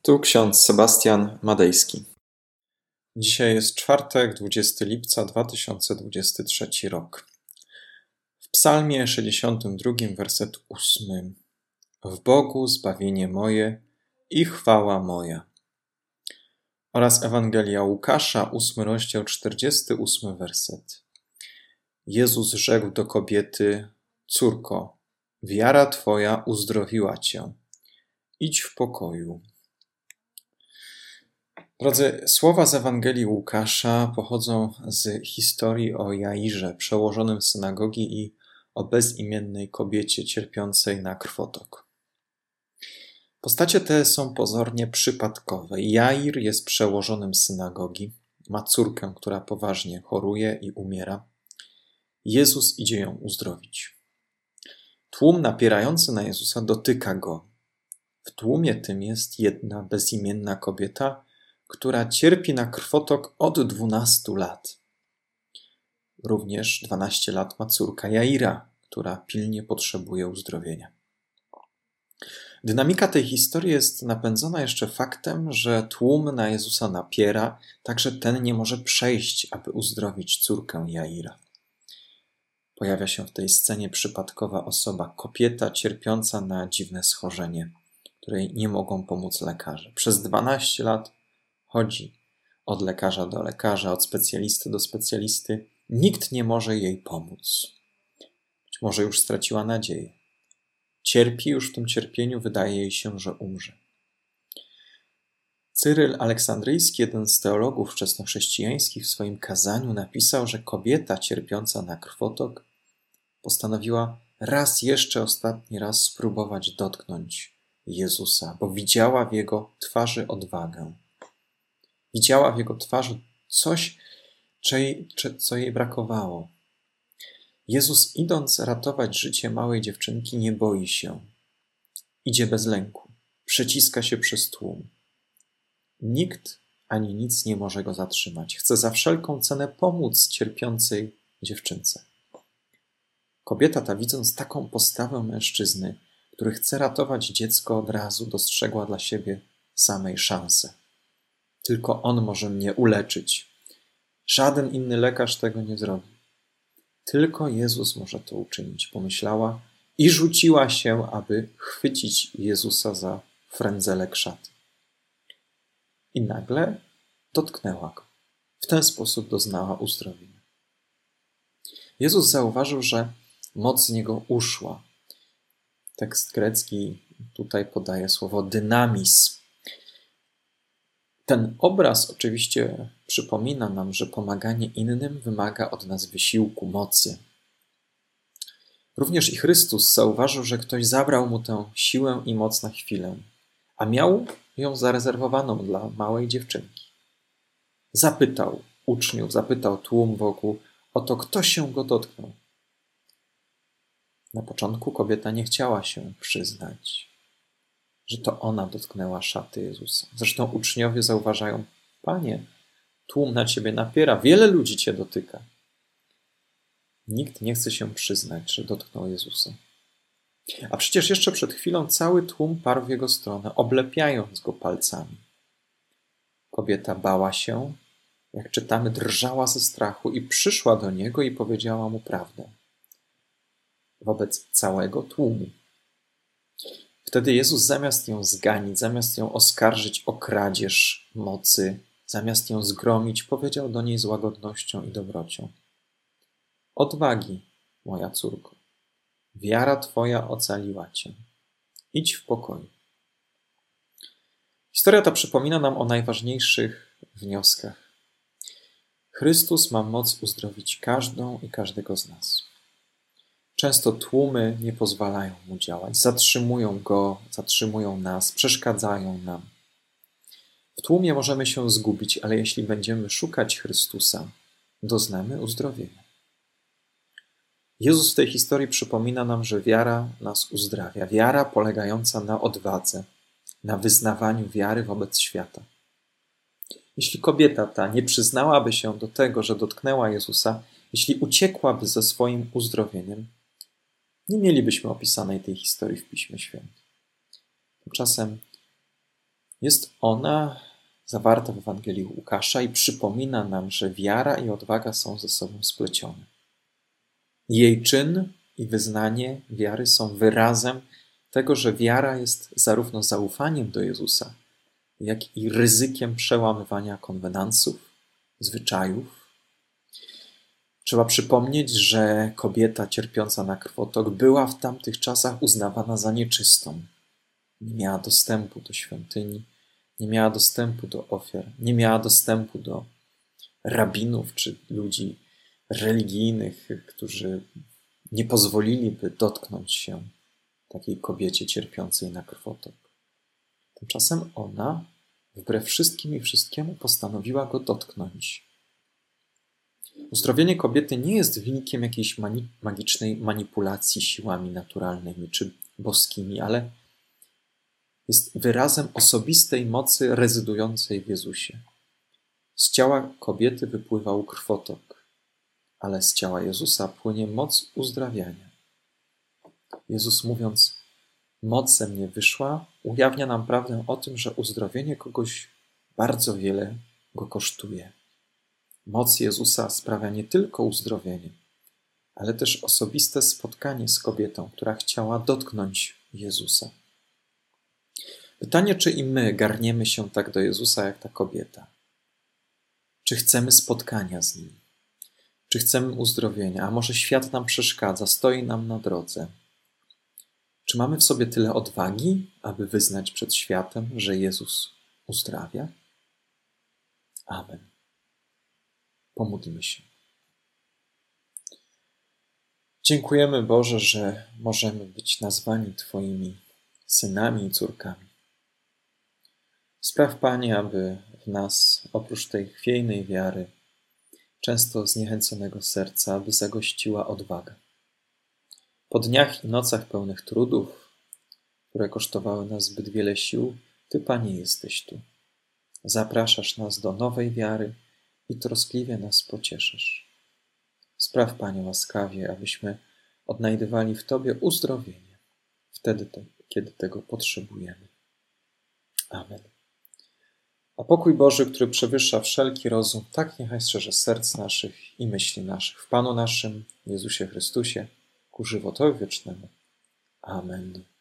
Tu ksiądz Sebastian Madejski. Dzisiaj jest czwartek, 20 lipca 2023 rok. W psalmie 62, werset 8. W Bogu zbawienie moje i chwała moja. Oraz Ewangelia Łukasza, 8 rozdział, 48 werset. Jezus rzekł do kobiety: Córko, wiara twoja uzdrowiła cię. Idź w pokoju. Drodzy, słowa z Ewangelii Łukasza pochodzą z historii o Jairze, przełożonym synagogi, i o bezimiennej kobiecie cierpiącej na krwotok. Postacie te są pozornie przypadkowe. Jair jest przełożonym synagogi, ma córkę, która poważnie choruje i umiera. Jezus idzie ją uzdrowić. Tłum napierający na Jezusa dotyka go. W tłumie tym jest jedna bezimienna kobieta, która cierpi na krwotok od 12 lat. Również 12 lat ma córka Jaira, która pilnie potrzebuje uzdrowienia. Dynamika tej historii jest napędzona jeszcze faktem, że tłum na Jezusa napiera, tak że ten nie może przejść, aby uzdrowić córkę Jaira. Pojawia się w tej scenie przypadkowa osoba, kobieta cierpiąca na dziwne schorzenie, której nie mogą pomóc lekarze. Przez 12 lat chodzi od lekarza do lekarza, od specjalisty do specjalisty. Nikt nie może jej pomóc. Być może już straciła nadzieję. Cierpi już w tym cierpieniu, wydaje jej się, że umrze. Cyryl Aleksandryjski, jeden z teologów wczesnochrześcijańskich, w swoim kazaniu napisał, że kobieta cierpiąca na krwotok postanowiła raz jeszcze, ostatni raz spróbować dotknąć Jezusa, bo widziała w jego twarzy odwagę. Widziała w jego twarzy coś, co jej brakowało. Jezus, idąc ratować życie małej dziewczynki, nie boi się. Idzie bez lęku. Przeciska się przez tłum. Nikt ani nic nie może go zatrzymać. Chce za wszelką cenę pomóc cierpiącej dziewczynce. Kobieta ta, widząc taką postawę mężczyzny, który chce ratować dziecko, od razu dostrzegła dla siebie samej szansę. Tylko on może mnie uleczyć. Żaden inny lekarz tego nie zrobi. Tylko Jezus może to uczynić, pomyślała i rzuciła się, aby chwycić Jezusa za frędzelek szaty. I nagle dotknęła go. W ten sposób doznała uzdrowienia. Jezus zauważył, że moc z niego uszła. Tekst grecki tutaj podaje słowo dynamizm. Ten obraz oczywiście przypomina nam, że pomaganie innym wymaga od nas wysiłku, mocy. Również i Chrystus zauważył, że ktoś zabrał mu tę siłę i moc na chwilę, a miał ją zarezerwowaną dla małej dziewczynki. Zapytał uczniów, zapytał tłum wokół o to, kto się go dotknął. Na początku kobieta nie chciała się przyznać, że to ona dotknęła szaty Jezusa. Zresztą uczniowie zauważają: Panie, tłum na ciebie napiera, wiele ludzi cię dotyka. Nikt nie chce się przyznać, że dotknął Jezusa. A przecież jeszcze przed chwilą cały tłum parł w jego stronę, oblepiając go palcami. Kobieta bała się, jak czytamy, drżała ze strachu i przyszła do niego i powiedziała mu prawdę. Wobec całego tłumu. Wtedy Jezus, zamiast ją zganić, zamiast ją oskarżyć o kradzież mocy, zamiast ją zgromić, powiedział do niej z łagodnością i dobrocią: Odwagi, moja córko, wiara twoja ocaliła cię. Idź w pokoju. Historia ta przypomina nam o najważniejszych wnioskach. Chrystus ma moc uzdrowić każdą i każdego z nas. Często tłumy nie pozwalają mu działać, zatrzymują go, zatrzymują nas, przeszkadzają nam. W tłumie możemy się zgubić, ale jeśli będziemy szukać Chrystusa, doznamy uzdrowienia. Jezus w tej historii przypomina nam, że wiara nas uzdrawia. Wiara polegająca na odwadze, na wyznawaniu wiary wobec świata. Jeśli kobieta ta nie przyznałaby się do tego, że dotknęła Jezusa, jeśli uciekłaby ze swoim uzdrowieniem, nie mielibyśmy opisanej tej historii w Piśmie Świętym. Tymczasem Jest ona zawarta w Ewangelii Łukasza i przypomina nam, że wiara i odwaga są ze sobą splecione. Jej czyn i wyznanie wiary są wyrazem tego, że wiara jest zarówno zaufaniem do Jezusa, jak i ryzykiem przełamywania konwenansów, zwyczajów. Trzeba przypomnieć, że kobieta cierpiąca na krwotok była w tamtych czasach uznawana za nieczystą. Nie miała dostępu do świątyni, nie miała dostępu do ofiar, nie miała dostępu do rabinów czy ludzi religijnych, którzy nie pozwoliliby dotknąć się takiej kobiecie cierpiącej na krwotok. Tymczasem ona, wbrew wszystkim i wszystkiemu, postanowiła go dotknąć. Uzdrowienie kobiety nie jest wynikiem jakiejś magicznej manipulacji siłami naturalnymi czy boskimi, ale jest wyrazem osobistej mocy rezydującej w Jezusie. Z ciała kobiety wypływał krwotok, ale z ciała Jezusa płynie moc uzdrawiania. Jezus, mówiąc, moc ze mnie wyszła, ujawnia nam prawdę o tym, że uzdrowienie kogoś bardzo wiele go kosztuje. Moc Jezusa sprawia nie tylko uzdrowienie, ale też osobiste spotkanie z kobietą, która chciała dotknąć Jezusa. Pytanie, czy i my garniemy się tak do Jezusa jak ta kobieta? Czy chcemy spotkania z Nim? Czy chcemy uzdrowienia? A może świat nam przeszkadza, stoi nam na drodze? Czy mamy w sobie tyle odwagi, aby wyznać przed światem, że Jezus uzdrawia? Amen. Pomódlmy się. Dziękujemy, Boże, że możemy być nazwani Twoimi synami i córkami. Spraw, Panie, aby w nas, oprócz tej chwiejnej wiary, często zniechęconego serca, aby zagościła odwaga. Po dniach i nocach pełnych trudów, które kosztowały nas zbyt wiele sił, Ty, Panie, jesteś tu. Zapraszasz nas do nowej wiary i troskliwie nas pocieszysz. Spraw, Panie, łaskawie, abyśmy odnajdywali w Tobie uzdrowienie, wtedy, kiedy tego potrzebujemy. Amen. A pokój Boży, który przewyższa wszelki rozum, tak niechaj strzeże serc naszych i myśli naszych w Panu naszym, Jezusie Chrystusie, ku żywotowi wiecznemu. Amen.